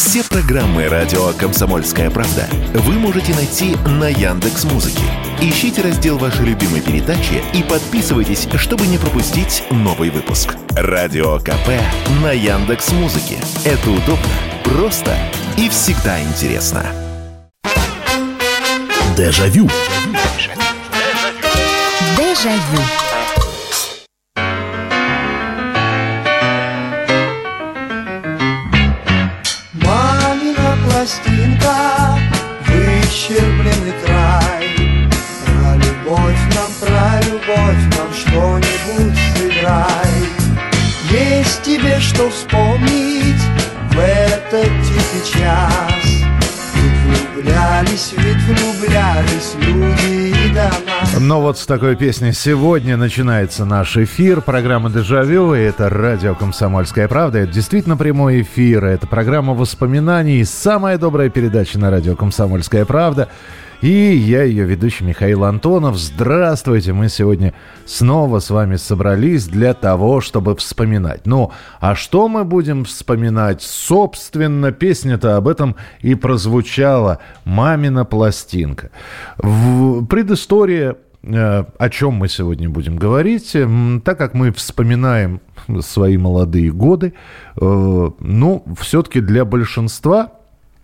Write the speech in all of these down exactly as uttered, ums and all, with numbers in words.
Все программы радио «Комсомольская правда» вы можете найти на Яндекс.Музыке. Ищите раздел вашей любимой передачи и подписывайтесь, чтобы не пропустить новый выпуск. Радио КП на Яндекс.Музыке. Это удобно, просто и всегда интересно. Дежавю. Дежавю. Мамина пластинка, выщербленный край. Про любовь нам, про любовь нам что-нибудь сыграй. Есть тебе что вспомнить в этот тихий час. Ведь влюблялись, ведь влюблялись люди и дома. Ну вот с такой песней сегодня начинается наш эфир. Программа «Дежавю», и это радио «Комсомольская правда». Это действительно прямой эфир. Это программа воспоминаний. Самая добрая передача на радио «Комсомольская правда». И я, ее ведущий Михаил Антонов. Здравствуйте! Мы сегодня снова с вами собрались для того, чтобы вспоминать. Ну, а что мы будем вспоминать? Собственно, песня-то об этом и прозвучала. «Мамина пластинка». В предыстории, о чем мы сегодня будем говорить, так как мы вспоминаем свои молодые годы, ну, все-таки для большинства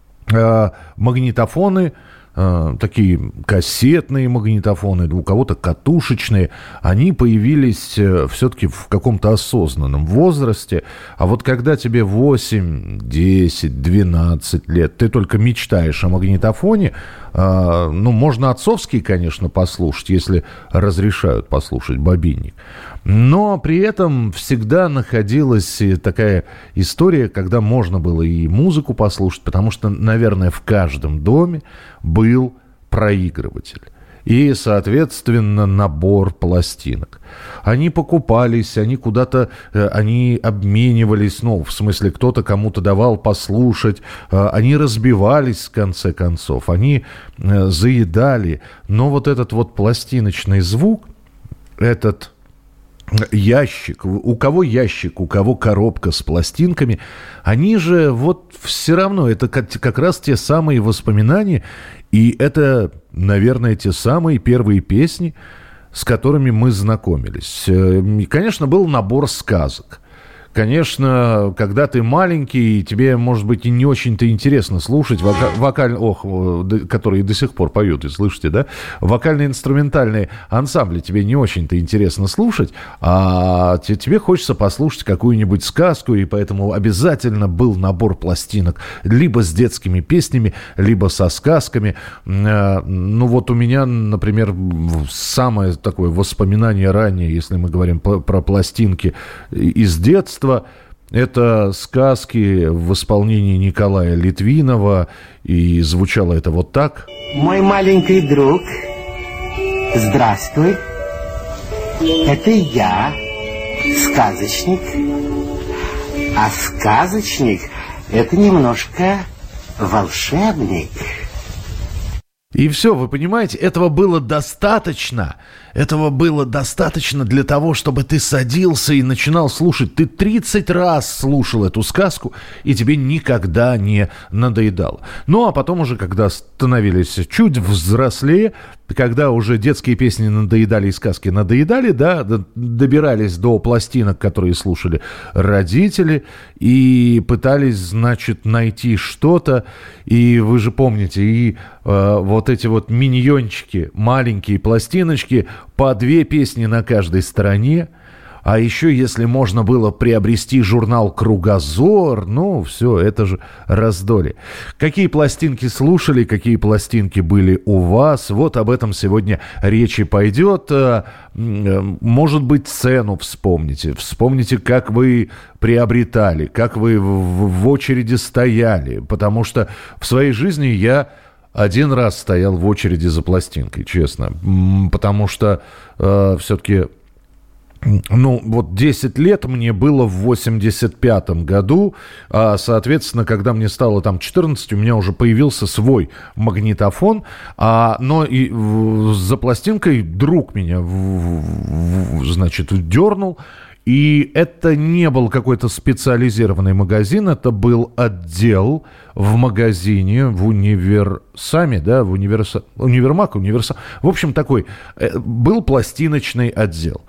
магнитофоны, такие кассетные магнитофоны, у кого-то катушечные, они появились все-таки в каком-то осознанном возрасте. А вот когда тебе восемь, десять, двенадцать лет, ты только мечтаешь о магнитофоне, ну, можно отцовский, конечно, послушать, если разрешают послушать бобинник. Но при этом всегда находилась такая история, когда можно было и музыку послушать, потому что, наверное, в каждом доме был проигрыватель. И, соответственно, набор пластинок. Они покупались, они куда-то, они обменивались, ну, в смысле, кто-то кому-то давал послушать, они разбивались, в конце концов, они заедали. Но вот этот вот пластиночный звук, этот ящик, у кого ящик, у кого коробка с пластинками, они же вот все равно, это как, как раз те самые воспоминания, и это, наверное, те самые первые песни, с которыми мы знакомились. И, конечно, был набор сказок. Конечно, когда ты маленький, тебе, может быть, и не очень-то интересно слушать вока- вокаль... Ох, которые до сих пор поют, и слышите, да? Вокально-инструментальные ансамбли тебе не очень-то интересно слушать, а тебе хочется послушать какую-нибудь сказку, и поэтому обязательно был набор пластинок либо с детскими песнями, либо со сказками. Ну вот у меня, например, самое такое воспоминание раннее, если мы говорим про пластинки из детства, это сказки в исполнении Николая Литвинова, и звучало это вот так. Мой маленький друг, здравствуй, это я, сказочник, а сказочник – это немножко волшебник. И все, вы понимаете, этого было достаточно. Этого было достаточно для того, чтобы ты садился и начинал слушать. Ты тридцать раз слушал эту сказку, и тебе никогда не надоедало. Ну, а потом уже, когда становились чуть взрослее, когда уже детские песни надоедали и сказки надоедали, да, добирались до пластинок, которые слушали родители, и пытались, значит, найти что-то. И вы же помните, и э, вот эти вот миньончики, маленькие пластиночки, по две песни на каждой стороне. А еще, если можно было приобрести журнал «Кругозор», ну, все, это же раздолье. Какие пластинки слушали, какие пластинки были у вас, вот об этом сегодня речи пойдет. Может быть, цену вспомните, вспомните, как вы приобретали, как вы в, в очереди стояли, потому что в своей жизни я один раз стоял в очереди за пластинкой, честно, потому что э, все-таки... Ну, вот десять лет мне было в восемьдесят пятом году, а, соответственно, когда мне стало там четырнадцать, у меня уже появился свой магнитофон, а, но и в, за пластинкой друг меня, в, в, значит, дернул, И это не был какой-то специализированный магазин, это был отдел в магазине, в универсаме, да, в универса... универмаг, универсам. В общем, такой, был пластиночный отдел.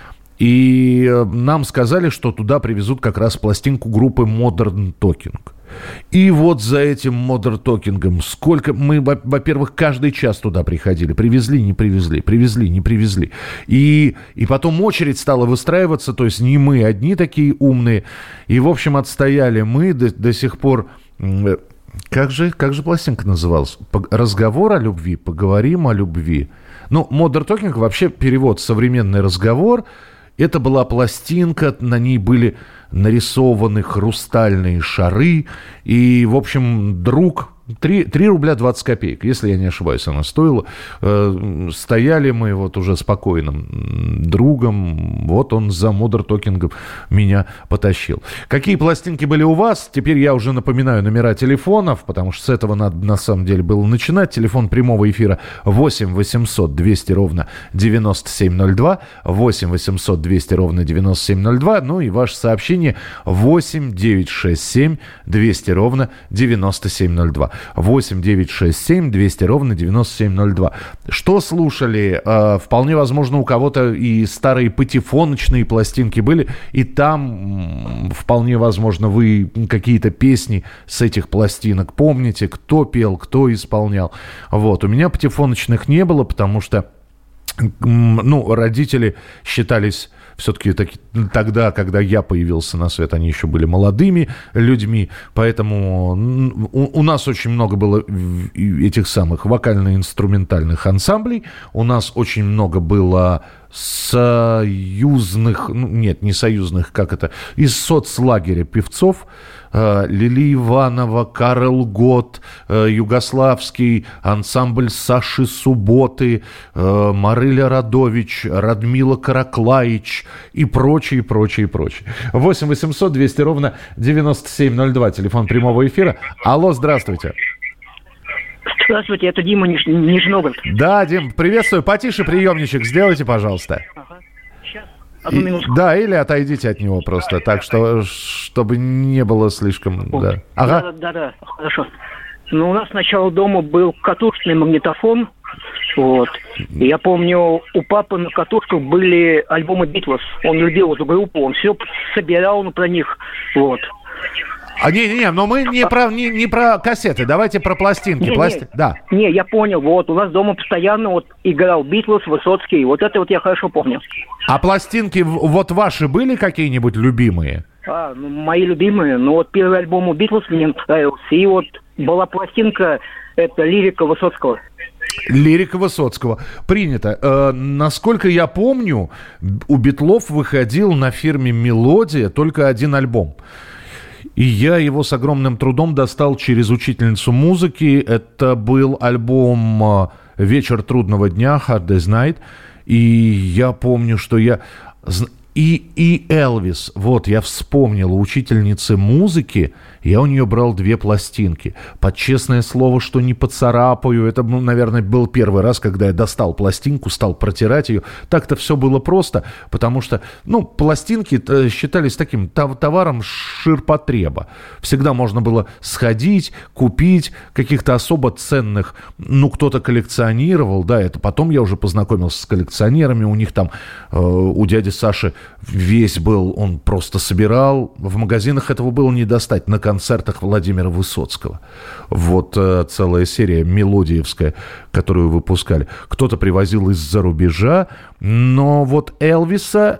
И нам сказали, что туда привезут как раз пластинку группы Modern Talking. И вот за этим Modern Talking сколько... Мы, во-первых, каждый час туда приходили. Привезли, не привезли, привезли, не привезли. И, и потом очередь стала выстраиваться, то есть не мы одни такие умные. И, в общем, отстояли мы до, до сих пор... Как же, как же пластинка называлась? «Разговор о любви», «Поговорим о любви». Ну, Modern Talking вообще перевод «современный разговор». Это была пластинка, на ней были нарисованы хрустальные шары. И, в общем, друг... три рубля двадцать копеек, если я не ошибаюсь, она стоила. Э, стояли мы вот уже спокойным другом. Вот он за Modern Talking меня потащил. Какие пластинки были у вас? Теперь я уже напоминаю номера телефонов, потому что с этого надо на самом деле было начинать. Телефон прямого эфира восемь восемьсот двести ровно девяносто семь ноль два. восемь восемьсот двести ровно девяносто семь ноль два. Ну и ваше сообщение восемь девятьсот шестьдесят семь двести ровно девяносто семь ноль два. восемь девятьсот шестьдесят семь двести ровно девяносто семь ноль два. Что слушали? Э, вполне возможно, у кого-то и старые патефоночные пластинки были, и там вполне возможно вы какие-то песни с этих пластинок помните, кто пел, кто исполнял. Вот. У меня патефоночных не было, потому что ну, родители считались все-таки таки, тогда, когда я появился на свет, они еще были молодыми людьми, поэтому у, у нас очень много было этих самых вокально-инструментальных ансамблей, у нас очень много было союзных, ну, нет, не союзных, как это, из соцлагеря певцов, Лили Иванова, Карл Гот, югославский ансамбль Саши Субботы, Марыля Радович, Радмила Караклаич и прочие, прочие, прочие. восемь восемьсот двести ровно девяносто семь ноль два, телефон прямого эфира. Алло, здравствуйте. Здравствуйте, это Дима, Ниж... Нижногород. Да, Дим, приветствую. Потише приемничек сделайте, пожалуйста. Ага. Сейчас, одну минутку. Да, или отойдите от него просто, так что, чтобы не было слишком... О, да. Ага. Да, да, да, хорошо. Ну, у нас сначала дома был катушечный магнитофон, вот. И я помню, у папы на катушках были альбомы Битлз. Он любил эту группу, он все собирал ну, про них, вот. А не-не-не, но мы не про, не, не про кассеты, давайте про пластинки. Не, Пласти... не, да. не, я понял, вот, у нас дома постоянно вот играл Битлз, Высоцкий, вот это вот я хорошо помню. А пластинки вот ваши были какие-нибудь любимые? А, ну, мои любимые, ну вот первый альбом у Битлз мне нравился, и вот была пластинка, это лирика Высоцкого. Лирика Высоцкого. Принято. Э, насколько я помню, у Битлов выходил на фирме «Мелодия» только один альбом. И я его с огромным трудом достал через учительницу музыки. Это был альбом «Вечер трудного дня», «Hard Day's Night». И я помню, что я... И, и Элвис, вот, я вспомнил, у учительницы музыки я у нее брал две пластинки. Под честное слово, что не поцарапаю. Это, ну, наверное, был первый раз, когда я достал пластинку, стал протирать ее. Так-то все было просто, потому что, ну, пластинки считались таким товаром ширпотреба. Всегда можно было сходить, купить каких-то особо ценных, ну, кто-то коллекционировал, да, это потом я уже познакомился с коллекционерами, у них там, э, у дяди Саши весь был, он просто собирал, в магазинах этого было не достать, на концертах Владимира Высоцкого. Вот э, целая серия мелодиевская, которую выпускали. Кто-то привозил из-за рубежа, но вот Элвиса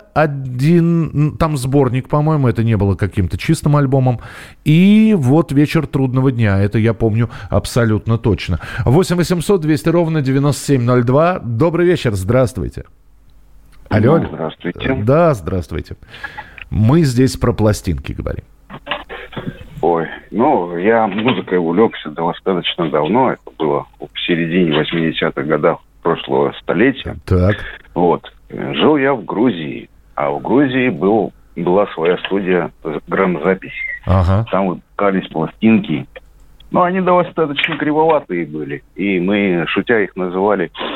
один, там сборник, по-моему, это не было каким-то чистым альбомом, и вот «Вечер трудного дня», это я помню абсолютно точно. восемь восемьсот двести ровно девяносто семь ноль два. Добрый вечер, здравствуйте. Алло. Ну, здравствуйте. Да, здравствуйте. Мы здесь про пластинки говорим. Ой, ну, я музыкой увлекся достаточно давно. Это было в середине восьмидесятых годов прошлого столетия. Так. Вот. Жил я в Грузии. А в Грузии был, была своя студия грамзаписи. Ага. Там выпускались пластинки. Но они достаточно кривоватые были. И мы, шутя, их называли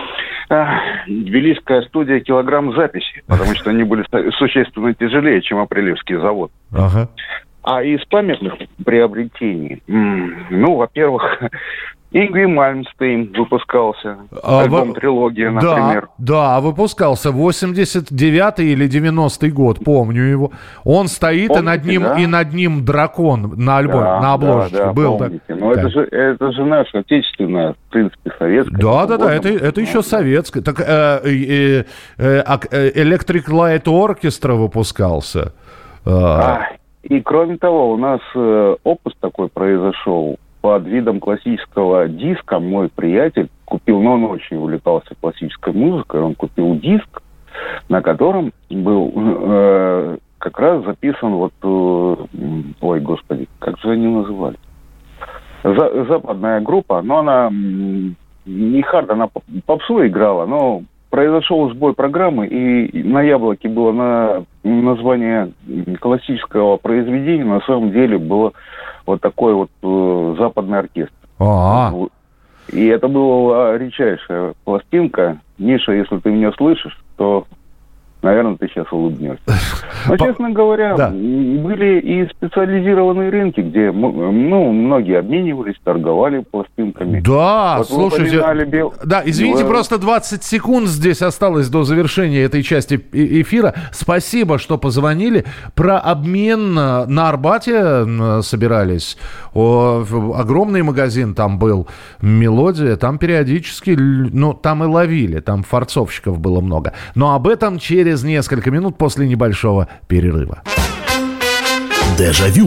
Тбилисская студия «Килограмм записи», потому что они были существенно тяжелее, чем Апрелевский завод. Ага. А из памятных приобретений, ну, во-первых, Ингви Мальмстейн выпускался, а, альбом «Трилогия», например. Да, да, выпускался восемьдесят девятый или девяностый год, помню его. Он стоит, помните, и над ним, да? и над ним дракон на альбоме, да, на обложечке. Да, да, был. Помните. Но да. это, же, это же наша отечественная, в принципе, советская. Да, да, да, это, это еще советская. Так, э, э, э, Electric Light Orchestra выпускался. А, и кроме того, у нас э, опус такой произошел. Под видом классического диска мой приятель купил, но он очень увлекался классической музыкой, он купил диск, на котором был э, как раз записан вот, э, ой, господи, как же они назывались? За, западная группа, но она не хард, она попсу играла, но произошел сбой программы, и на «Яблоке» было на, название классического произведения, на самом деле было вот такой вот э, западный оркестр. А-а-а. И это была редчайшая пластинка. Миша, если ты меня слышишь, то, наверное, ты сейчас улыбнешься. Но, честно говоря, да. были и специализированные рынки, где, ну, многие обменивались, торговали пластинками. Да, вот слушайте, бел... да, извините, Бел... просто двадцать секунд здесь осталось до завершения этой части эфира. Спасибо, что позвонили. Про обмен на Арбате собирались. О, огромный магазин там был, «Мелодия», там периодически, ну, там и ловили, там форцовщиков было много. Но об этом через несколько минут после небольшого перерыва. Дежавю.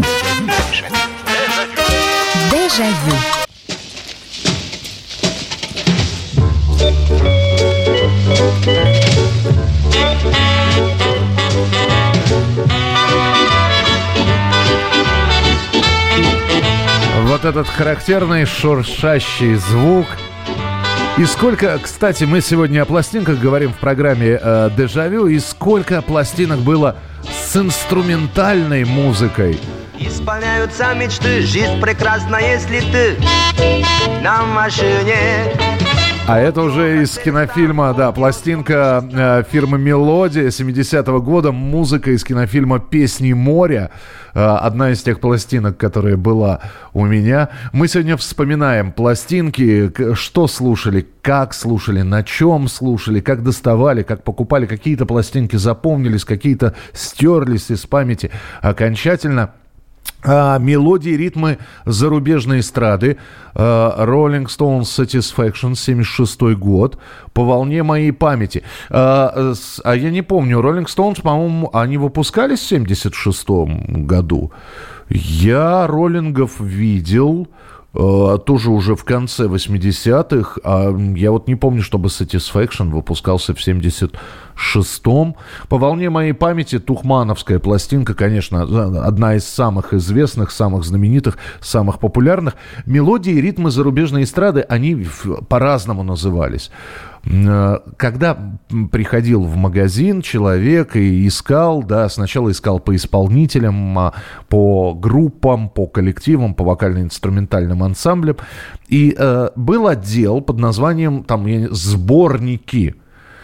Дежавю. Вот этот характерный шуршащий звук. И сколько, кстати, мы сегодня о пластинках говорим в программе э, «Дежавю», и сколько пластинок было с инструментальной музыкой. Исполняются мечты, жизнь прекрасна, если ты на машине. А это уже из кинофильма, да, пластинка э, фирмы «Мелодия» семидесятого года, музыка из кинофильма «Песни моря». Э, одна из тех пластинок, которая была у меня. Мы сегодня вспоминаем пластинки, что слушали, как слушали, на чем слушали, как доставали, как покупали. Какие-то пластинки запомнились, какие-то стерлись из памяти окончательно. А, мелодии, ритмы зарубежной эстрады. а, Rolling Stones Satisfaction, семьдесят шестой год. По волне моей памяти. А, с, а я не помню, Rolling Stones, по-моему, они выпускались в семьдесят шестом году. Я роллингов видел Uh, тоже уже в конце восьмидесятых. Uh, я вот не помню, чтобы Satisfaction выпускался в семьдесят шестом. По волне моей памяти тухмановская пластинка, конечно, одна из самых известных, самых знаменитых, самых популярных. Мелодии и ритмы зарубежной эстрады, они по-разному назывались. Когда приходил в магазин человек и искал, да, сначала искал по исполнителям, по группам, по коллективам, по вокально-инструментальным ансамблям. И э, был отдел под названием там, «Сборники».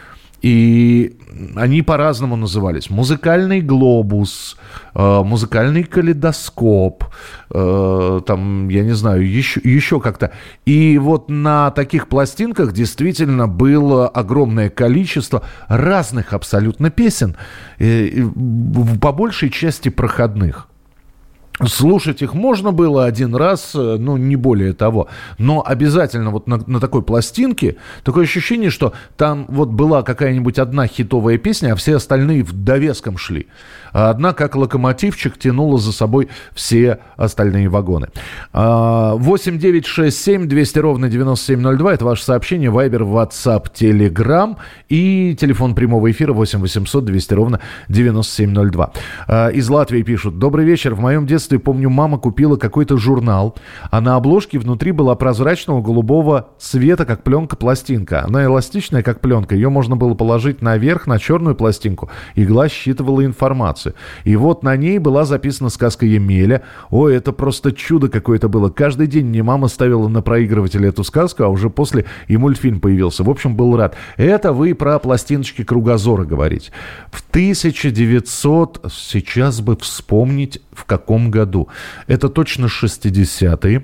И они по-разному назывались. Музыкальный глобус, э, музыкальный калейдоскоп, э, там, я не знаю, еще, еще как-то. И вот на таких пластинках действительно было огромное количество разных абсолютно песен, э, по большей части проходных. Слушать их можно было один раз, ну, не более того. Но обязательно вот на, на такой пластинке такое ощущение, что там вот была какая-нибудь одна хитовая песня, а все остальные в довеском шли. А одна, как локомотивчик, тянула за собой все остальные вагоны. восемь девятьсот шестьдесят семь двести ровно девяносто семь ноль два. Это ваше сообщение. Вайбер, WhatsApp, Telegram. И телефон прямого эфира восемь восемьсот двести ровно девяносто семь ноль два. Из Латвии пишут. Добрый вечер. В моем детстве детстве, помню, мама купила какой-то журнал, а на обложке внутри была прозрачного голубого цвета, как пленка-пластинка. Она эластичная, как пленка. Ее можно было положить наверх, на черную пластинку. Игла считывала информацию. И вот на ней была записана сказка Емеля. Ой, это просто чудо какое-то было. Каждый день мне мама ставила на проигрыватель эту сказку, а уже после и мультфильм появился. В общем, был рад. Это вы про пластиночки Кругозора говорите. В тысяча девятьсот... Сейчас бы вспомнить, в каком году. Это точно шестидесятые.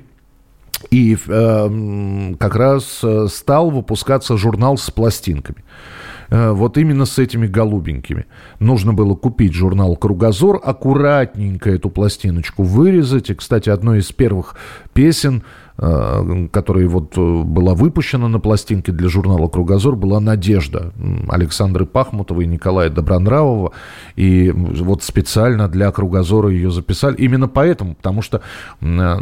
И э, как раз стал выпускаться журнал с пластинками. Э, вот именно с этими голубенькими. Нужно было купить журнал «Кругозор», аккуратненько эту пластиночку вырезать. И, кстати, одной из первых песен, э, которая вот была выпущена на пластинке для журнала «Кругозор», была «Надежда» Александры Пахмутовой и Николая Добронравова. И вот специально для «Кругозора» ее записали. Именно поэтому, потому что э,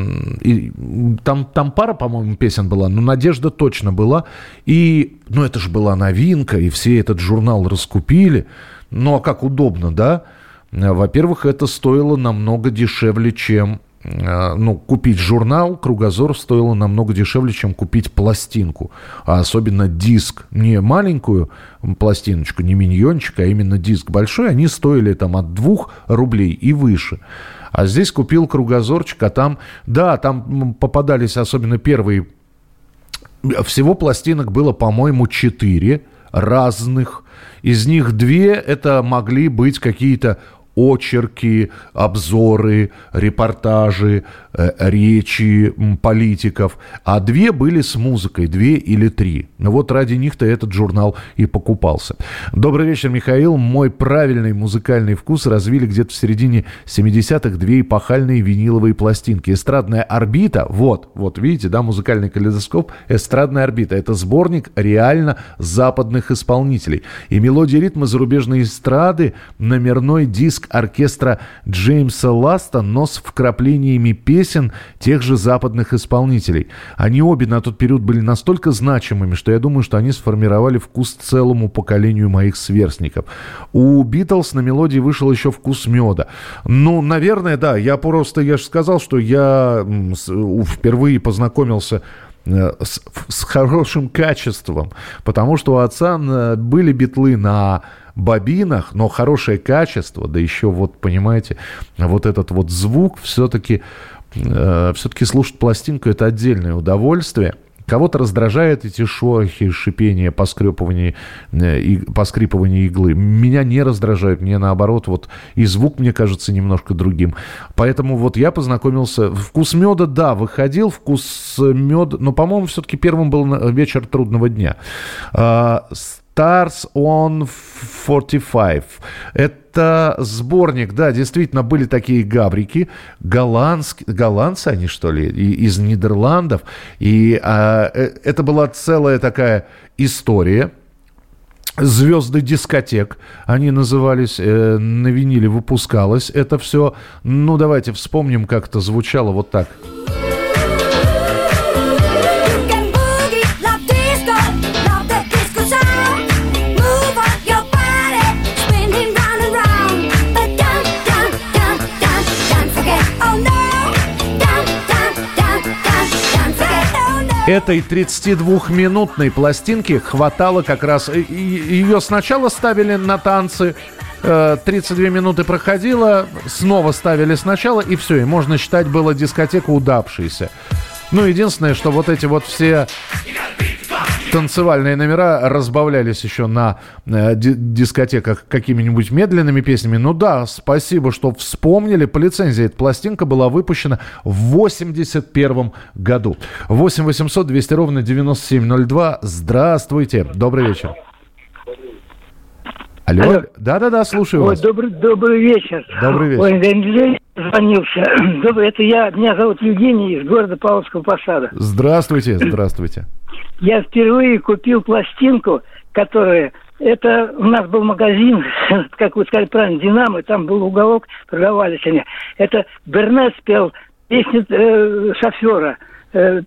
и, там, там пара, по-моему, песен была, но «Надежда» точно была. И, ну, это же была новинка, и все этот журнал раскупили. Ну, а как удобно, да? Во-первых, это стоило намного дешевле, чем... Ну, купить журнал «Кругозор» стоило намного дешевле, чем купить пластинку. А особенно диск. Не маленькую пластиночку, не миньончик, а именно диск большой. Они стоили там от двух рублей и выше. А здесь купил «Кругозорчик», а там... Да, там попадались особенно первые... Всего пластинок было, по-моему, четыре разных. Из них две это могли быть какие-то очерки, обзоры, репортажи, э, речи политиков. А две были с музыкой, две или три. Ну вот ради них-то этот журнал и покупался. Добрый вечер, Михаил. Мой правильный музыкальный вкус развили где-то в середине семидесятых две эпохальные виниловые пластинки. «Эстрадная орбита». Вот, вот видите, да, музыкальный калейдоскоп. «Эстрадная орбита». Это сборник реально западных исполнителей. И мелодии и ритмы зарубежной эстрады, номерной диск оркестра Джеймса Ласта, но с вкраплениями песен тех же западных исполнителей. Они обе на тот период были настолько значимыми, что я думаю, что они сформировали вкус целому поколению моих сверстников. У Битлз на мелодии вышел еще «Вкус меда». Ну, наверное, да. Я просто, я же сказал, что я впервые познакомился С, с хорошим качеством, потому что у отца были битлы на бобинах, но хорошее качество, да еще вот, понимаете, вот этот вот звук, все-таки, э, все-таки слушать пластинку — это отдельное удовольствие. Кого-то раздражают эти шорохи, шипения, поскрипывание, и, поскрипывание иглы. Меня не раздражают, мне наоборот, вот и звук, мне кажется, немножко другим. Поэтому вот я познакомился... «Вкус меда», да, выходил, «Вкус меда», но, по-моему, все-таки первым был «Вечер трудного дня». Stars on сорок пять. Это сборник, да, действительно, были такие гаврики, голландские, голландцы они, что ли, из Нидерландов. И а, это была целая такая история. «Звезды дискотек» они назывались, э, на виниле выпускалось это все. Ну, давайте вспомним, как это звучало вот так. Этой тридцатидвухминутной пластинки хватало как раз... Ее сначала ставили на танцы, тридцать две минуты проходило, снова ставили сначала, и все, и можно считать, была дискотека удавшейся. Ну, единственное, что вот эти вот все танцевальные номера разбавлялись еще на э, дискотеках какими-нибудь медленными песнями. Ну да, спасибо, что вспомнили. По лицензии эта пластинка была выпущена в восемьдесят первом году. восемь восемьсот двести ровно девяносто семь ноль два. Здравствуйте. Добрый вечер. Алло. Алло. Да-да-да, слушаю. Ой, вас. Добрый, добрый вечер. Добрый вечер. Ой, Андрей звонился. Добрый, это я, меня зовут Евгений из города Павловского Посада. Здравствуйте, здравствуйте. Я впервые купил пластинку, которая... Это у нас был магазин, как вы сказали правильно, «Динамо», там был уголок, продавались они. Это Бернес спел песню э, шофера. Э,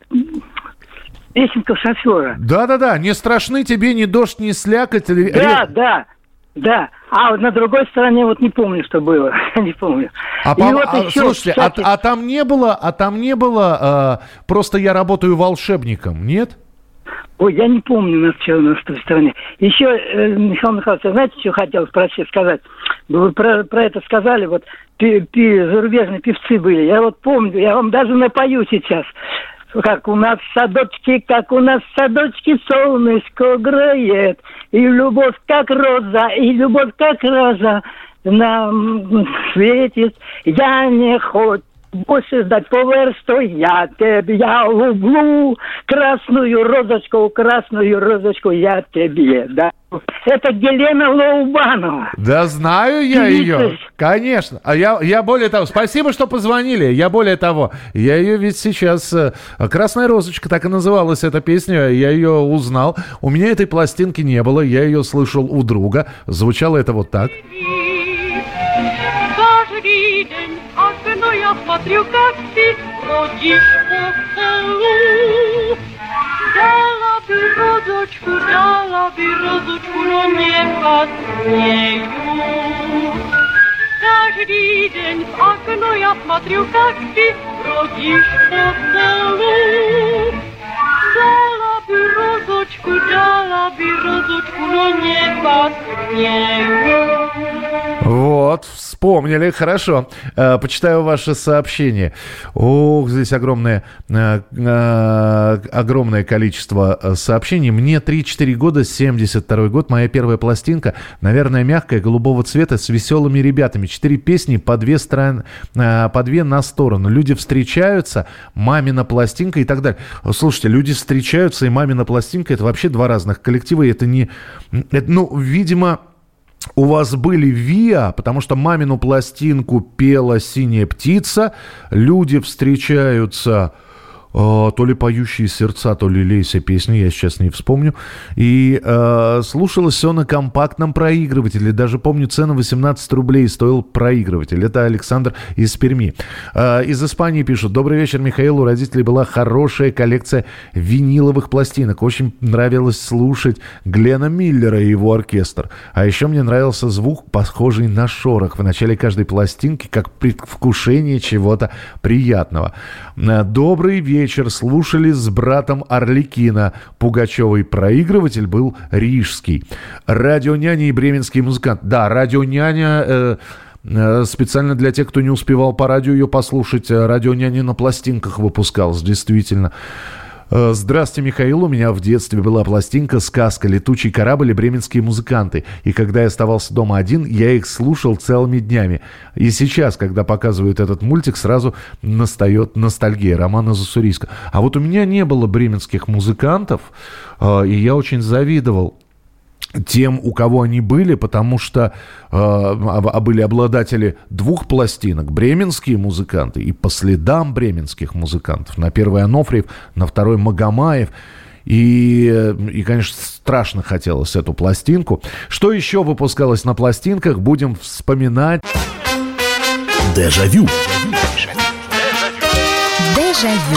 песенка шофера. Да-да-да, не страшны тебе ни дождь, ни слякоть. Да, да. Да, а на другой стороне вот не помню, что было, не помню. А, по... вот а, еще, слушайте, кстати... а, а там не было, а там не было, э, просто я работаю волшебником, нет? Ой, я не помню, на что у нас в той стороне. Еще, э, Михаил Михайлович, знаете, что хотел спросить, сказать? Вы про, про это сказали, вот пи, пи, зарубежные певцы были. Я вот помню, я вам даже напою сейчас. Как у нас в садочке, как у нас в садочке солнышко греет, и любовь как роза, и любовь как роза нам светит. Я не хочу больше ждать поверсту, я тебе, я люблю красную розочку, красную розочку я тебе, да. Это Елена Лоубанова. Да знаю я ее, конечно. А я, я более того, спасибо, что позвонили. Я более того, я ее ведь сейчас... «Красная розочка», так и называлась эта песня, я ее узнал. У меня этой пластинки не было, я ее слышал у друга. Звучало это вот так. Я смотрю, как ты ходишь по полу. Дала бы розочку, дала бы розочку, но не посмею. Каждый день в окно я смотрю, как ты ходишь по полу. Дала бы розочку, дала бы розочку, но не посмею. Вот, вспомнили, хорошо. Э, почитаю ваше сообщение. Ох, здесь огромное, э, э, огромное количество сообщений. Мне три-четыре года, семьдесят второй год, моя первая пластинка, наверное, мягкая, голубого цвета, с веселыми ребятами. Четыре песни по две, стран, э, по две на сторону. Люди встречаются, мамина пластинка и так далее. Слушайте, люди встречаются, и мамина пластинка — это вообще два разных коллектива. Это не... Это, ну, видимо... У вас были ВИА, потому что мамину пластинку пела «Синяя птица». Люди встречаются, э, то ли «Поющие сердца», то ли «Лейся» песни, я сейчас не вспомню. И э, слушалось все на компактном проигрывателе. Даже помню, цену восемнадцать рублей стоил проигрыватель. Это Александр из Перми. Э, из Испании пишут: «Добрый вечер, Михаил. У родителей была хорошая коллекция виниловых пластинок. Очень нравилось слушать Глена Миллера и его оркестр. А еще мне нравился звук, похожий на шорох в начале каждой пластинки, как предвкушение чего-то приятного. Добрый вечер. Слушали с братом Арлекина. Пугачевый проигрыватель был рижский. Радионяня и бременский музыкант». Да, радионяня... Э, специально для тех, кто не успевал по радио ее послушать. Радионяня на пластинках выпускалась, действительно. «Здравствуйте, Михаил. У меня в детстве была пластинка «Сказка. Летучий корабль и бременские музыканты». И когда я оставался дома один, я их слушал целыми днями. И сейчас, когда показывают этот мультик, сразу настает ностальгия. Роман из Уссурийска». А вот у меня не было бременских музыкантов, и я очень завидовал тем, у кого они были, потому что э, были обладатели двух пластинок, бременские музыканты, и по следам бременских музыкантов. На первой Анофриев, на второй Магомаев. И, и, конечно, страшно хотелось эту пластинку. Что еще выпускалось на пластинках, будем вспоминать. Дежавю. Дежавю.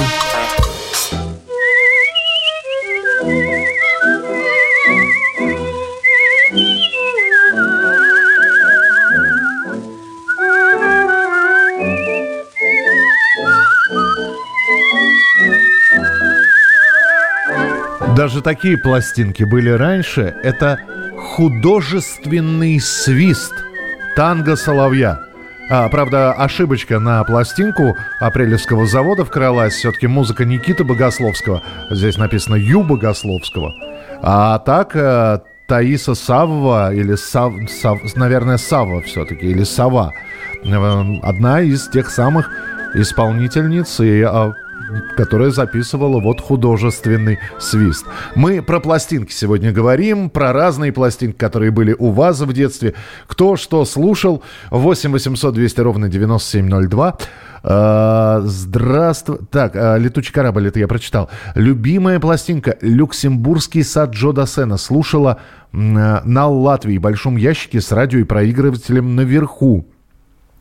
Даже такие пластинки были раньше. Это художественный свист танго соловья. А, правда, ошибочка на пластинку Апрелевского завода вкралась. Все-таки музыка Никиты Богословского. Здесь написано Ю Богословского. А так э, Таиса Савва, или Сав, Сав, наверное, Савва все-таки, или Сова. Э, одна из тех самых исполнительниц, и, э, которая записывала вот художественный свист. Мы про пластинки сегодня говорим, про разные пластинки, которые были у вас в детстве. Кто что слушал. восемь восемьсот двести ровно девяносто семь ноль два. Uh, здравствуй. Так, uh, «Летучий корабль», это я прочитал. Любимая пластинка «Люксембургский сад Джо Дассена». Слушала uh, на Латвии, в большом ящике с радио и проигрывателем наверху.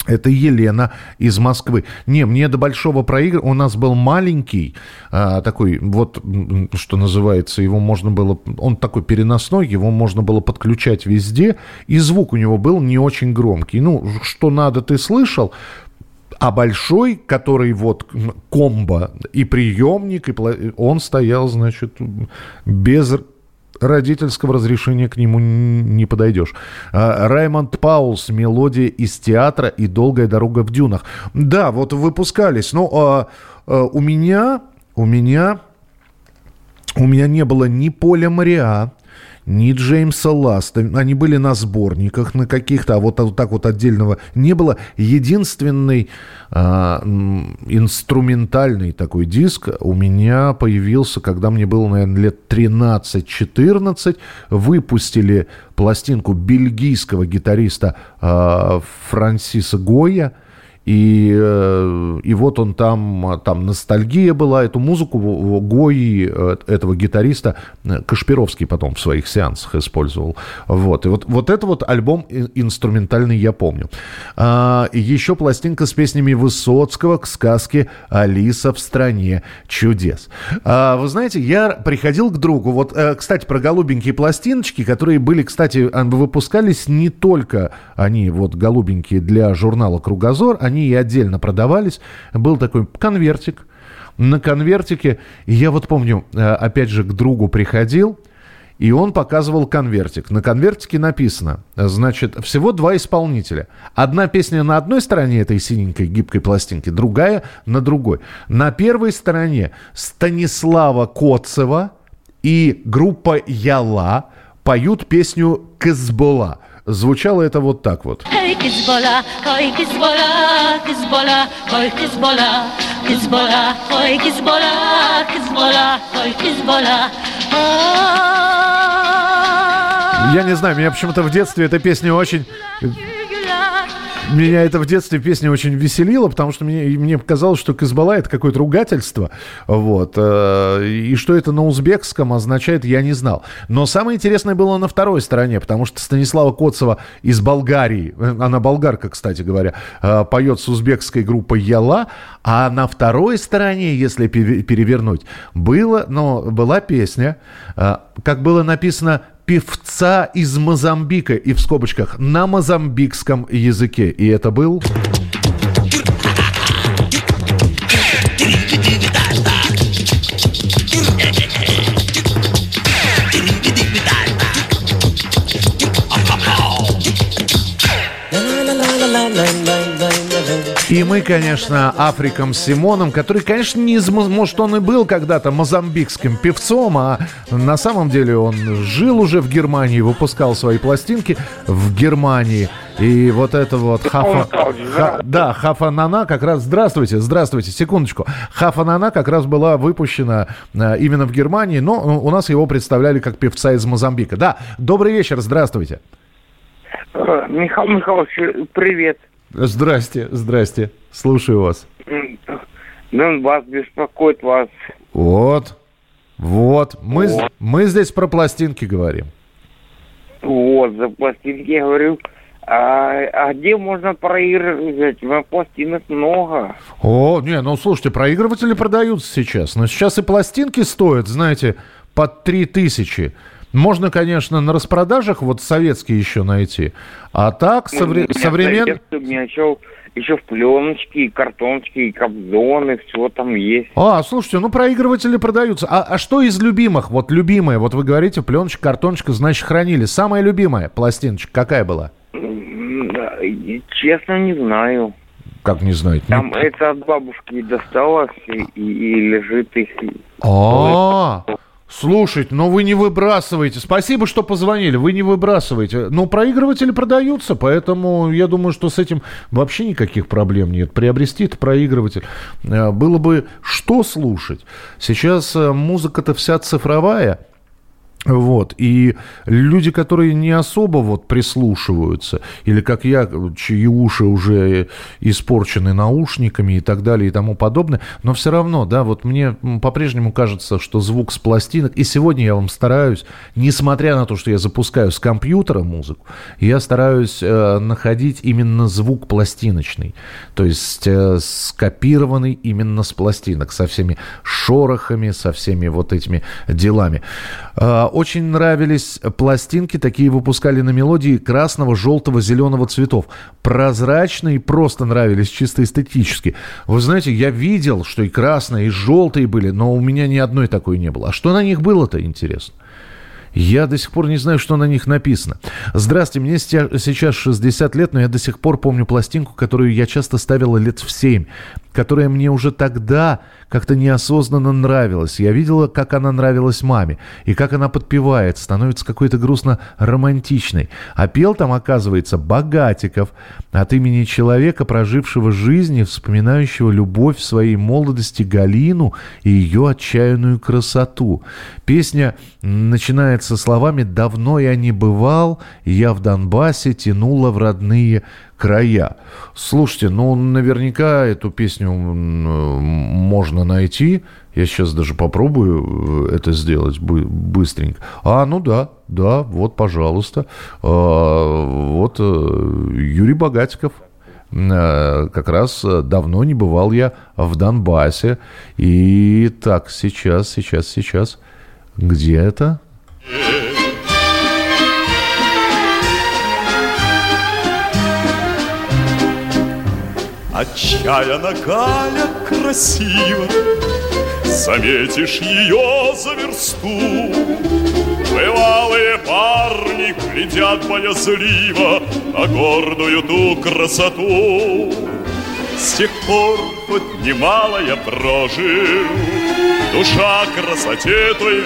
Это Елена из Москвы. Не, мне до большого проигрывателя... У нас был маленький, а, такой, вот, что называется, его можно было... Он такой переносной, его можно было подключать везде, и звук у него был не очень громкий. Ну, что надо, ты слышал, а большой, который вот комбо, и приемник, и он стоял, значит, без... родительского разрешения к нему не подойдешь. Раймонд Паулс, мелодия из театра и долгая дорога в дюнах. Да, вот выпускались. Но а, а, у меня, у меня, у меня не было ни Поля Мориа, ни Джеймса Ласта. Они были на сборниках на каких-то, а вот, вот так вот отдельного не было. Единственный а, инструментальный такой диск у меня появился, когда мне было, наверное, лет тринадцать-четырнадцать. Выпустили пластинку бельгийского гитариста а, Франсиса Гоя. И, и вот он там, там ностальгия была, эту музыку Гои, этого гитариста, Кашпировский потом в своих сеансах использовал. Вот. И вот, вот это вот альбом инструментальный я помню. А, еще пластинка с песнями Высоцкого к сказке «Алиса в стране чудес». А, вы знаете, я приходил к другу, вот, кстати, про голубенькие пластиночки, которые были, кстати, выпускались не только они, вот, голубенькие для журнала «Кругозор», они и отдельно продавались. Был такой конвертик. На конвертике, я вот помню, опять же, к другу приходил, и он показывал конвертик. На конвертике написано, значит, всего два исполнителя. Одна песня на одной стороне этой синенькой гибкой пластинки, другая на другой. На первой стороне Станислава Коцева и группа «Яла» поют песню «Кызбола». Звучало это вот так вот. Я не знаю, меня почему-то в детстве эта песня очень... Меня это в детстве песня очень веселила, потому что мне, мне показалось, что Кызбала — это какое-то ругательство. Вот. И что это на узбекском означает, я не знал. Но самое интересное было на второй стороне, потому что Станислава Коцева из Болгарии, она болгарка, кстати говоря, поет с узбекской группой «Яла», а на второй стороне, если перевернуть, было, ну, была песня, как было написано, певца из Мозамбика, и в скобочках на мозамбикском языке. И это был... И мы, конечно, Африком Симоном, который, конечно, не из, может, он и был когда-то мозамбикским певцом, а на самом деле он жил уже в Германии, выпускал свои пластинки в Германии. И вот это вот Хафа... Ха... Да, Хафа-Нана как раз... Здравствуйте, здравствуйте, секундочку. Хафа-Нана как раз была выпущена э, именно в Германии, но у нас его представляли как певца из Мозамбика. Да, добрый вечер, здравствуйте. Михаил Михайлович, привет. Здрасте, здрасте. Слушаю вас. Донбасс беспокоит вас. Вот, вот. Мы, вот. мы здесь про пластинки говорим. Вот, за пластинки я говорю. А, а где можно проигрывать? У меня пластинок много. О, не, ну слушайте, проигрыватели продаются сейчас. Но сейчас и пластинки стоят, знаете, под три тысячи. Можно, конечно, на распродажах вот советские еще найти. А так, совре- современные... У меня еще, еще в пленочке, и картоночке, и кобзоны, все там есть. А, слушайте, ну проигрыватели продаются. А, а что из любимых? Вот любимая, вот вы говорите, пленочка, картоночка, значит, хранили. Самая любимая пластиночка какая была? Честно, не знаю. Как не знаете? Там не... это от бабушки досталось и, и лежит их. А, слушайте, но вы не выбрасываете. Спасибо, что позвонили. Вы не выбрасываете. Но проигрыватели продаются, поэтому я думаю, что с этим вообще никаких проблем нет. Приобрести это проигрыватель. Было бы что слушать. Сейчас музыка-то вся цифровая. Вот, и люди, которые не особо вот прислушиваются, или как я, чьи уши уже испорчены наушниками и так далее и тому подобное, но все равно, да, вот мне по-прежнему кажется, что звук с пластинок, и сегодня я вам стараюсь, несмотря на то, что я запускаю с компьютера музыку, я стараюсь э, находить именно звук пластиночный, то есть э, скопированный именно с пластинок, со всеми шорохами, со всеми вот этими делами. Э, Очень нравились пластинки, такие выпускали на мелодии красного, желтого, зеленого цветов. Прозрачные, просто нравились, чисто эстетически. Вы знаете, я видел, что и красные, и желтые были, но у меня ни одной такой не было. А что на них было-то, интересно? Я до сих пор не знаю, что на них написано. Здравствуйте, мне сейчас шестьдесят лет, но я до сих пор помню пластинку, которую я часто ставила лет в семь, которая мне уже тогда как-то неосознанно нравилась. Я видела, как она нравилась маме, и как она подпевает, становится какой-то грустно романтичной. А пел там, оказывается, Богатиков от имени человека, прожившего жизнь и вспоминающего любовь в своей молодости Галину и ее отчаянную красоту. Песня начинается словами «Давно я не бывал, я в Донбассе тянула в родные края». Слушайте, ну наверняка эту песню можно найти. Я сейчас даже попробую это сделать быстренько. А, ну да, да, вот, пожалуйста. Вот Юрий Богатиков. Как раз давно не бывал я в Донбассе. И так, сейчас, сейчас, сейчас. Где это? Отчаянно Галя красива, заметишь ее за версту. Бывалые парни глядят боязливо на гордую ту красоту. С тех пор хоть немало я прожил, душа красоте той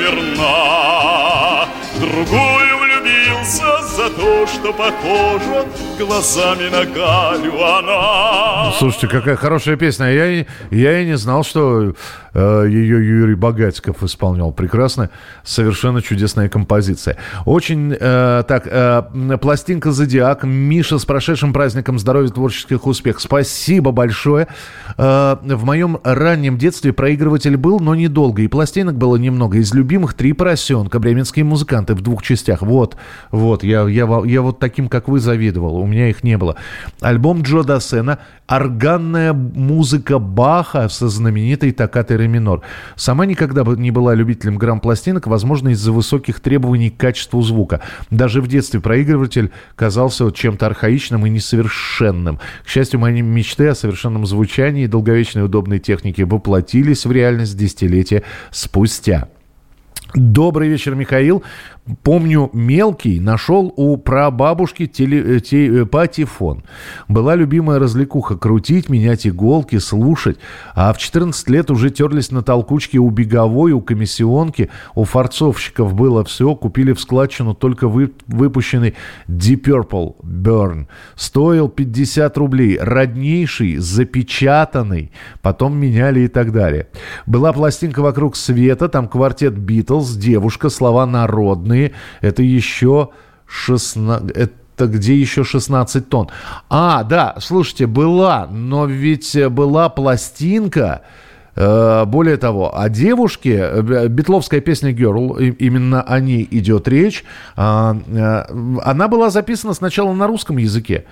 верна. Другую влюбился за то, что похожа глазами на Галю она. Слушайте, какая хорошая песня. Я, я и не знал, что э, ее Юрий Богатиков исполнял. Прекрасная, совершенно чудесная композиция. Очень, э, так, э, пластинка «Зодиак». Миша, с прошедшим праздником здоровья, творческих успехов. Спасибо большое. Э, в моем раннем детстве проигрыватель был, но недолго. И пластинок было немного. Из любимых «Три поросенка», бременские музыканты в двух частях. Вот, вот, я, я, я вот таким, как вы, завидовал. У меня их не было. Альбом Джо Дассена, органная музыка Баха со знаменитой «Токкатой ре минор». Сама никогда не была любителем грамм-пластинок, возможно, из-за высоких требований к качеству звука. Даже в детстве проигрыватель казался чем-то архаичным и несовершенным. К счастью, мои мечты о совершенном звучании и долговечной удобной технике воплотились в реальность десятилетия спустя. Добрый вечер, Михаил. Помню, мелкий нашел у прабабушки теле, те, патефон. Была любимая развлекуха — крутить, менять иголки, слушать. А в четырнадцать лет уже терлись на толкучке у беговой, у комиссионки. У форцовщиков было все. Купили в складчину только вы, выпущенный Deep Purple Burn. Стоил пятьдесят рублей. Роднейший, запечатанный. Потом меняли и так далее. Была пластинка «Вокруг света». Там квартет Битлз, девушка, слова народные. Это еще шестнадцать... Это где еще шестнадцать тонн? А, да, слушайте, была, но ведь была пластинка. Э, более того, о девушке, битловская песня «Girl», именно о ней идет речь. Э, э, она была записана сначала на русском языке.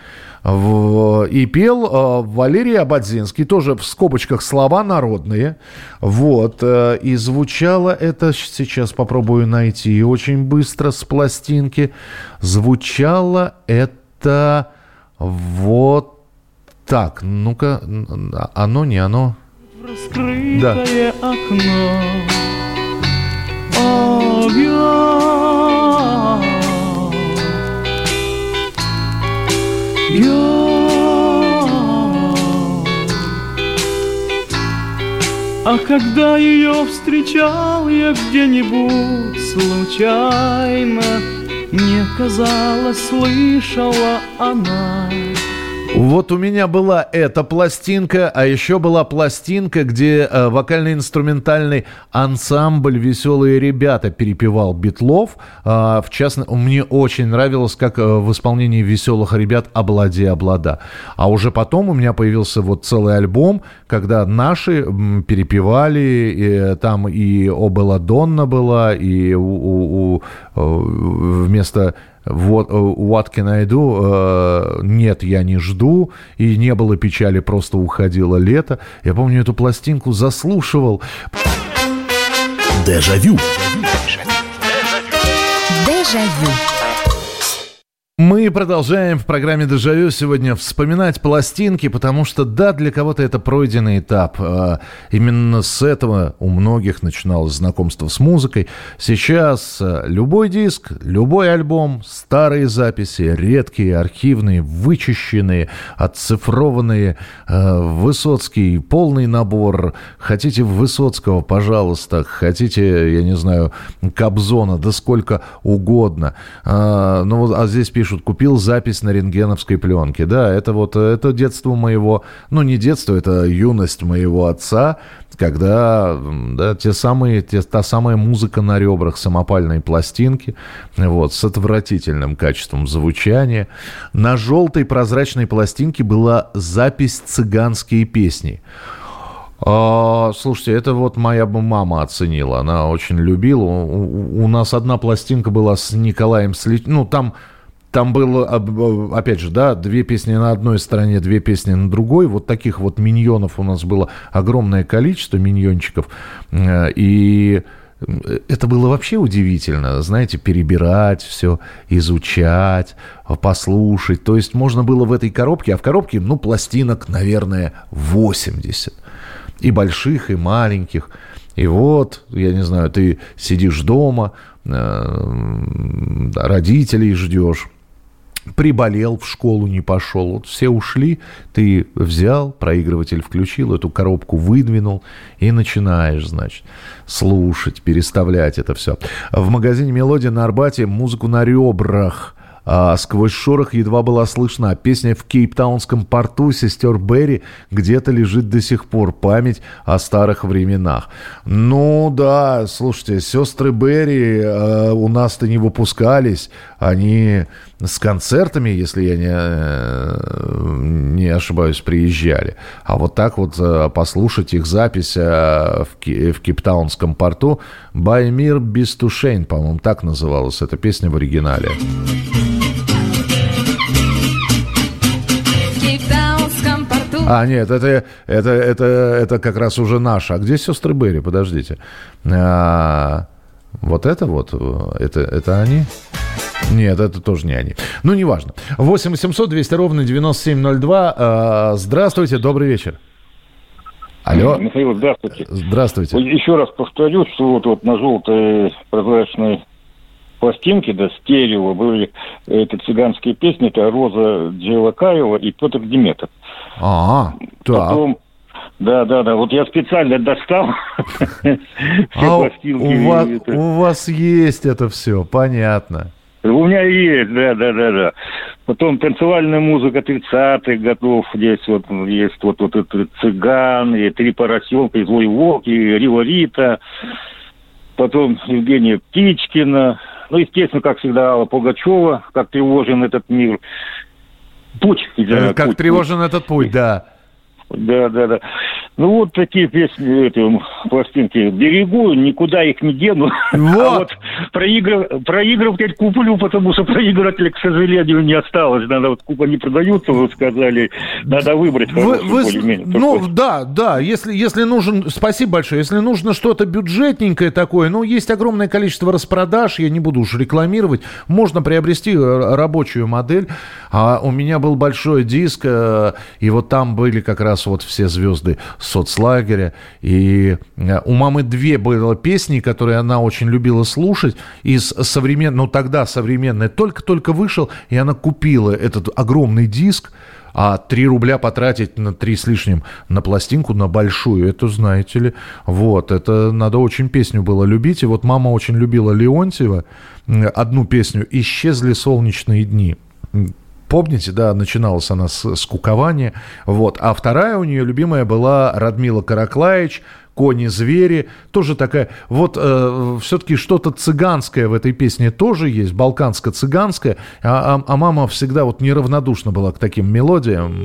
В, и пел э, Валерий Ободзинский, тоже в скобочках слова народные. Вот. Э, и звучало это, сейчас попробую найти очень быстро с пластинки. Звучало это вот так. Ну-ка, оно, не оно. Раскрытое да. окно. Oh, yeah. Yeah. А когда ее встречал я где-нибудь случайно, мне казалось, слышала она Вот у меня была эта пластинка, а еще была пластинка, где э, вокально-инструментальный ансамбль «Веселые ребята» перепевал Битлов. Э, в частности, мне очень нравилось, как э, в исполнении «Веселых ребят» «Облади, облада». А уже потом у меня появился вот целый альбом, когда наши м, перепевали, и, там и «О Белладонна» была, и у, у, у, вместо... Вот, what can I do? Нет, я не жду. И не было печали, просто уходило лето. Я помню, эту пластинку заслушивал. Дежавю. Дежавю. Мы продолжаем в программе «Дежавю» сегодня вспоминать пластинки, потому что, да, для кого-то это пройденный этап. Именно с этого у многих начиналось знакомство с музыкой. Сейчас любой диск, любой альбом, старые записи, редкие, архивные, вычищенные, отцифрованные. Высоцкий, полный набор. Хотите Высоцкого, пожалуйста. Хотите, я не знаю, Кобзона, да сколько угодно. Ну, а здесь пишут, купил запись на рентгеновской пленке. Да, это вот это детство моего, ну не детство, это юность моего отца, когда да, те самые, те, та самая музыка на ребрах, самопальные пластинки, вот, с отвратительным качеством звучания. На желтой прозрачной пластинке была запись «Цыганские песни». А, слушайте, это вот моя мама оценила, она очень любила. У, у нас одна пластинка была с Николаем Сличевым, ну там... Там было, опять же, да, две песни на одной стороне, две песни на другой. Вот таких вот миньонов у нас было огромное количество, миньончиков. И это было вообще удивительно, знаете, перебирать все, изучать, послушать. То есть можно было в этой коробке, а в коробке, ну, пластинок, наверное, восемьдесят. И больших, и маленьких. И вот, я не знаю, ты сидишь дома, родителей ждешь. Приболел, в школу не пошел. Вот все ушли, ты взял, проигрыватель включил, эту коробку выдвинул и начинаешь, значит, слушать, переставлять это все. В магазине «Мелодия» на Арбате музыку на ребрах. А сквозь шорох едва была слышна. Песня в кейптаунском порту сестер Берри где-то лежит до сих пор. Память о старых временах. Ну да, слушайте, сестры Берри э, у нас-то не выпускались. Они с концертами, если я не, э, не ошибаюсь, приезжали. А вот так вот э, послушать их запись э, в, ки- в кейптаунском порту. «Баймир Бистушейн», по-моему, так называлась эта песня в оригинале. А, нет, это, это, это, это как раз уже наше. А где сестры Берри? Подождите. А, вот это вот, это, это они? Нет, это тоже не они. Ну, неважно. восемь восемьсот двести ровно девяносто семь ноль два. А, здравствуйте, добрый вечер. Алло. Михаил, здравствуйте. Здравствуйте. Еще раз повторюсь, что вот, вот на желтой прозрачной пластинке, да, стерео, были это цыганские песни, это Роза Джелакаева и Петр Деметов. А, так. Потом, да, да, да, вот я специально достал все пластинки. У вас есть это все, понятно. У меня есть, да, да, да, да. Потом танцевальная музыка тридцатых годов. Здесь вот есть вот, вот этот «Цыган», и «Три поросенка», и «Злой волк», и «Рива Рита». Потом Евгения Птичкина. Ну, естественно, как всегда, Алла Пугачева, «Как тревожен этот мир». Путь. Да, как путь, тревожен путь. этот путь, да. Да, да, да. Ну, вот такие песни, эти пластинки берегу, никуда их не дену. Вот. А вот проигрыв, проигрыватель куплю, потому что проигрывателя, к сожалению, не осталось. Надо, вот купа не продаются, вы сказали, надо выбрать хороший, вы, более-менее. Ну, такой. да, да, если, если нужен, спасибо большое, если нужно что-то бюджетненькое такое, ну, есть огромное количество распродаж, я не буду уж рекламировать, можно приобрести рабочую модель. А у меня был большой диск, и вот там были как раз вот все звезды соцлагеря. И у мамы две было песни, которые она очень любила слушать. Из современной, ну тогда современной, только-только вышел, и она купила этот огромный диск. А три рубля потратить на три с лишним на пластинку, на большую, это, знаете ли, вот, это надо очень песню было любить. И вот мама очень любила Леонтьева, одну песню «Исчезли солнечные дни». Помните, да, начиналась она с, с кукования. Вот. А вторая у нее любимая была Радмила Караклаич, «Кони-звери», тоже такая, вот э, все-таки что-то цыганское в этой песне тоже есть, балканско-цыганское, а, а, а мама всегда вот неравнодушна была к таким мелодиям.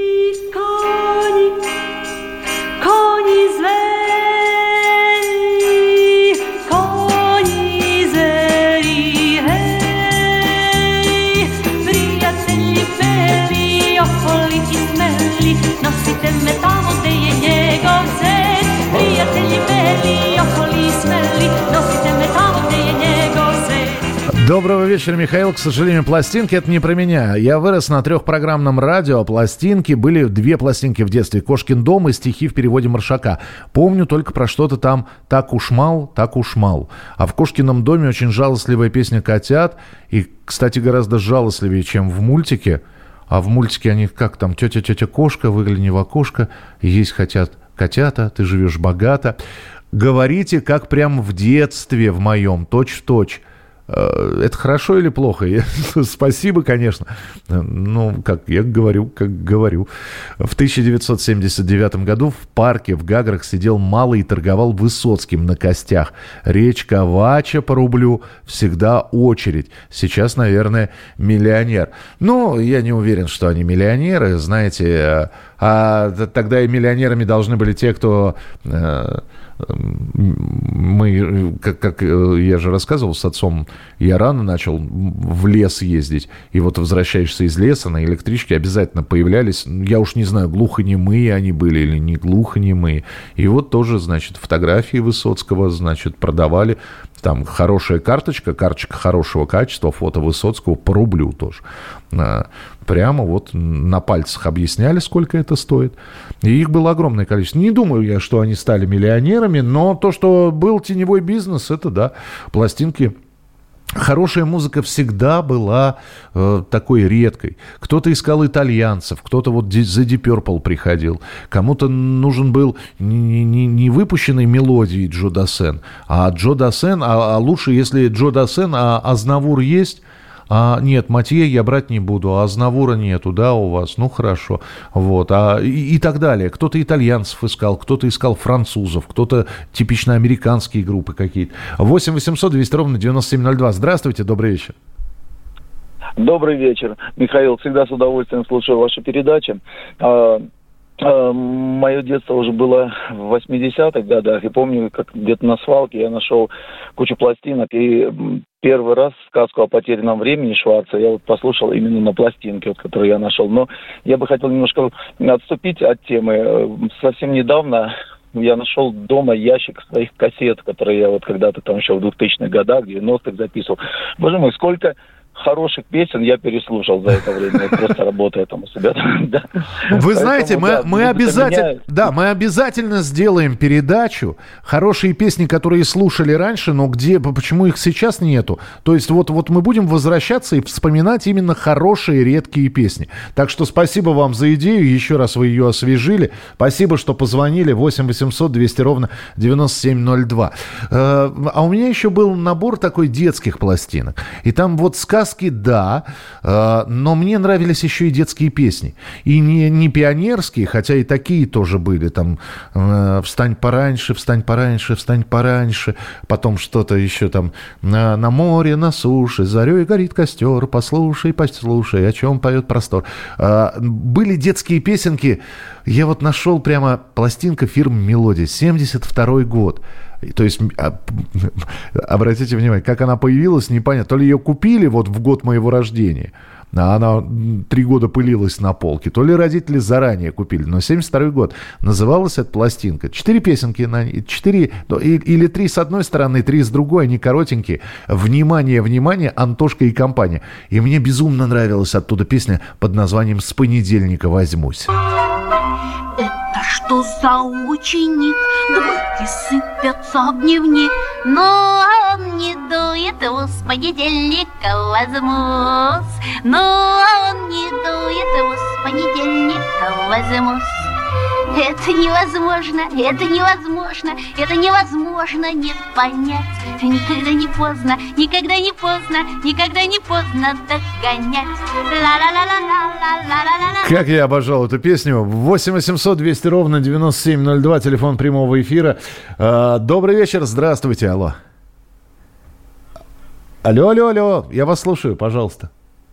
Доброго вечера, Михаил. К сожалению, пластинки — это не про меня. Я вырос на трехпрограммном радио, а пластинки были две пластинки в детстве. «Кошкин дом» и стихи в переводе Маршака. Помню только про что-то там «так уж мал, так уж мал». А в «Кошкином доме» очень жалостливая песня «Котят». И, кстати, гораздо жалостливее, чем в мультике. А в мультике они как там? «Тетя, тетя кошка, выгляни в окошко, есть хотят котята, ты живешь богато». Говорите, как прям в детстве в моем, точь-в-точь. Это хорошо или плохо? Спасибо, конечно. Ну, как я говорю, как говорю. В тысяча девятьсот семьдесят девятом году в парке в Гаграх сидел малый и торговал Высоцким на костях. Речка Вача по рублю, всегда очередь. Сейчас, наверное, миллионер. Ну, я не уверен, что они миллионеры, знаете. А тогда и миллионерами должны были те, кто... Мы, как, как я же рассказывал, с отцом я рано начал в лес ездить. И вот возвращаешься из леса, на электричке обязательно появлялись, я уж не знаю, глухонемые они были или не глухонемые. И вот тоже, значит, фотографии Высоцкого, значит, продавали. Там хорошая карточка, карточка хорошего качества, фото Высоцкого по рублю тоже. Прямо вот на пальцах объясняли, сколько это стоит. И их было огромное количество. Не думаю я, что они стали миллионерами, но то, что был теневой бизнес, это да, пластинки. Хорошая музыка всегда была э, такой редкой. Кто-то искал итальянцев, кто-то вот за Deep Purple приходил. Кому-то нужен был не, не, не выпущенной мелодии Джо Дассен, а Джо Дассен, а, а лучше, если Джо Дассен, а Азнавур есть. А нет, Матье я брать не буду, а Азнавура нету, да, у вас, ну хорошо, вот, а, и, и так далее. Кто-то итальянцев искал, кто-то искал французов, кто-то типично американские группы какие-то. восемь восемьсот двести ровно девяносто семь ноль два. Здравствуйте, добрый вечер. Добрый вечер, Михаил, всегда с удовольствием слушаю ваши передачи. Мое детство уже было в восьмидесятых годах, и помню, как где-то на свалке я нашел кучу пластинок, и первый раз сказку о потерянном времени Шварца я вот послушал именно на пластинке, вот, которую я нашел. Но я бы хотел немножко отступить от темы. Совсем недавно я нашел дома ящик своих кассет, которые я вот когда-то там еще в двухтысячных годах, девяностых записывал. Боже мой, сколько хороших песен я переслушал за это время, просто работая там у себя. Да. Вы Поэтому, знаете, мы, да, мы, обязательно, меня... да, мы обязательно сделаем передачу. Хорошие песни, которые слушали раньше, но где, почему их сейчас нету? То есть вот, вот мы будем возвращаться и вспоминать именно хорошие, редкие песни. Так что спасибо вам за идею, еще раз вы ее освежили. Спасибо, что позвонили. восемь восемьсот двести ровно девяносто семь ноль два. А у меня еще был набор такой детских пластинок. И там вот сказки, да, но мне нравились еще и детские песни. И не, не пионерские, хотя и такие тоже были. Там «Встань пораньше, встань пораньше, встань пораньше». Потом что-то еще там «На, на море, на суше, зарей горит костер, послушай, послушай, о чем поет простор». Были детские песенки. Я вот нашел прямо пластинка фирмы «Мелодия», семьдесят второй год. То есть, обратите внимание, как она появилась, непонятно. То ли ее купили вот в год моего рождения, а она три года пылилась на полке, то ли родители заранее купили. Но семьдесят второй год. Называлась эта пластинка. Четыре песенки, на четыре или три с одной стороны, три с другой, они коротенькие. «Внимание, внимание, Антошка и компания». И мне безумно нравилась оттуда песня под названием «С понедельника возьмусь». Это что за ученик? Двойки сыпятся в дневник, но он не дует, с понедельника возьмусь. Но он не дует, с понедельника возьмусь. Это невозможно, это невозможно, это невозможно не понять. Никогда не поздно, никогда не поздно, никогда не поздно догонять. Ла-ла-ла-ла-ла-ла-ла-ла-ла. Как я обожал эту песню. восемь восемьсот двести ровно девяносто семь ноль два, телефон прямого эфира. А, добрый вечер, здравствуйте, алло. Алло, алло, алло, я вас слушаю, пожалуйста.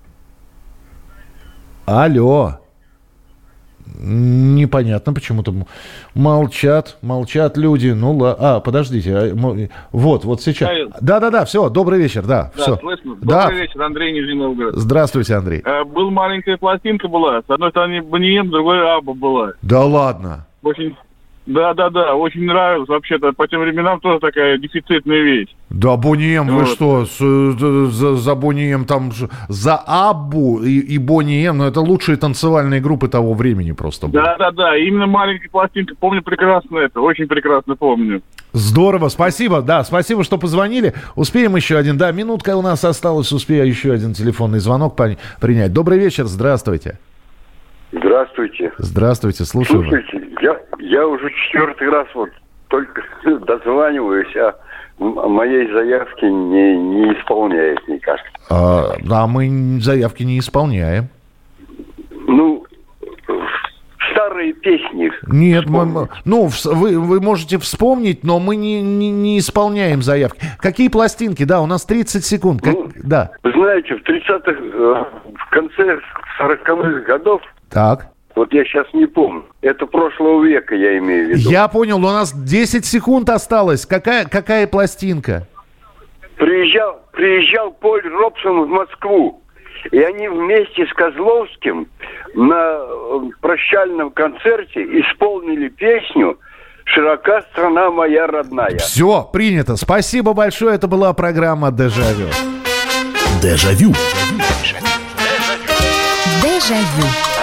Алло. Непонятно, почему-то молчат, молчат люди. Ну, ла... а, подождите, вот, вот сейчас. Да-да-да, все, добрый вечер, да, да все. Слышно? Да. Добрый вечер, Андрей, Нижний Новгород. Здравствуйте, Андрей. Э, был маленькая пластинка была, с одной стороны Бонием, с другой Абба была. Да ладно? Очень... Да-да-да, очень нравилось вообще-то. По тем временам тоже такая дефицитная вещь. Да, Бонием, вот. Вы что, с, за, за Бонием там, за Аббу и, и Бонием, ну это лучшие танцевальные группы того времени просто были. Да-да-да, именно маленькая пластинка, помню прекрасно это, очень прекрасно помню. Здорово, спасибо, да, спасибо, что позвонили. Успеем еще один, да, минутка у нас осталась, успею еще один телефонный звонок принять. Добрый вечер, здравствуйте. Здравствуйте. Здравствуйте, слушаю. Слушайте, я, я уже четвертый раз вот только дозваниваюсь, а моей заявки не, не исполняет никак. А, а мы заявки не исполняем. Ну, старые песни. Нет, мы, ну, вы, вы можете вспомнить, но мы не, не, не исполняем заявки. Какие пластинки? Да, у нас тридцать секунд. Как, ну, да. Вы знаете, в тридцатых, в конце сороковых годов, так. Вот я сейчас не помню. Это прошлого века, я имею в виду. Я понял, у нас десять секунд осталось. Какая, какая пластинка? Приезжал, приезжал Поль Робсон в Москву. И они вместе с Козловским на прощальном концерте исполнили песню «Широка страна моя родная». Все, принято. Спасибо большое. Это была программа «Дежавю». Дежавю. Дежавю.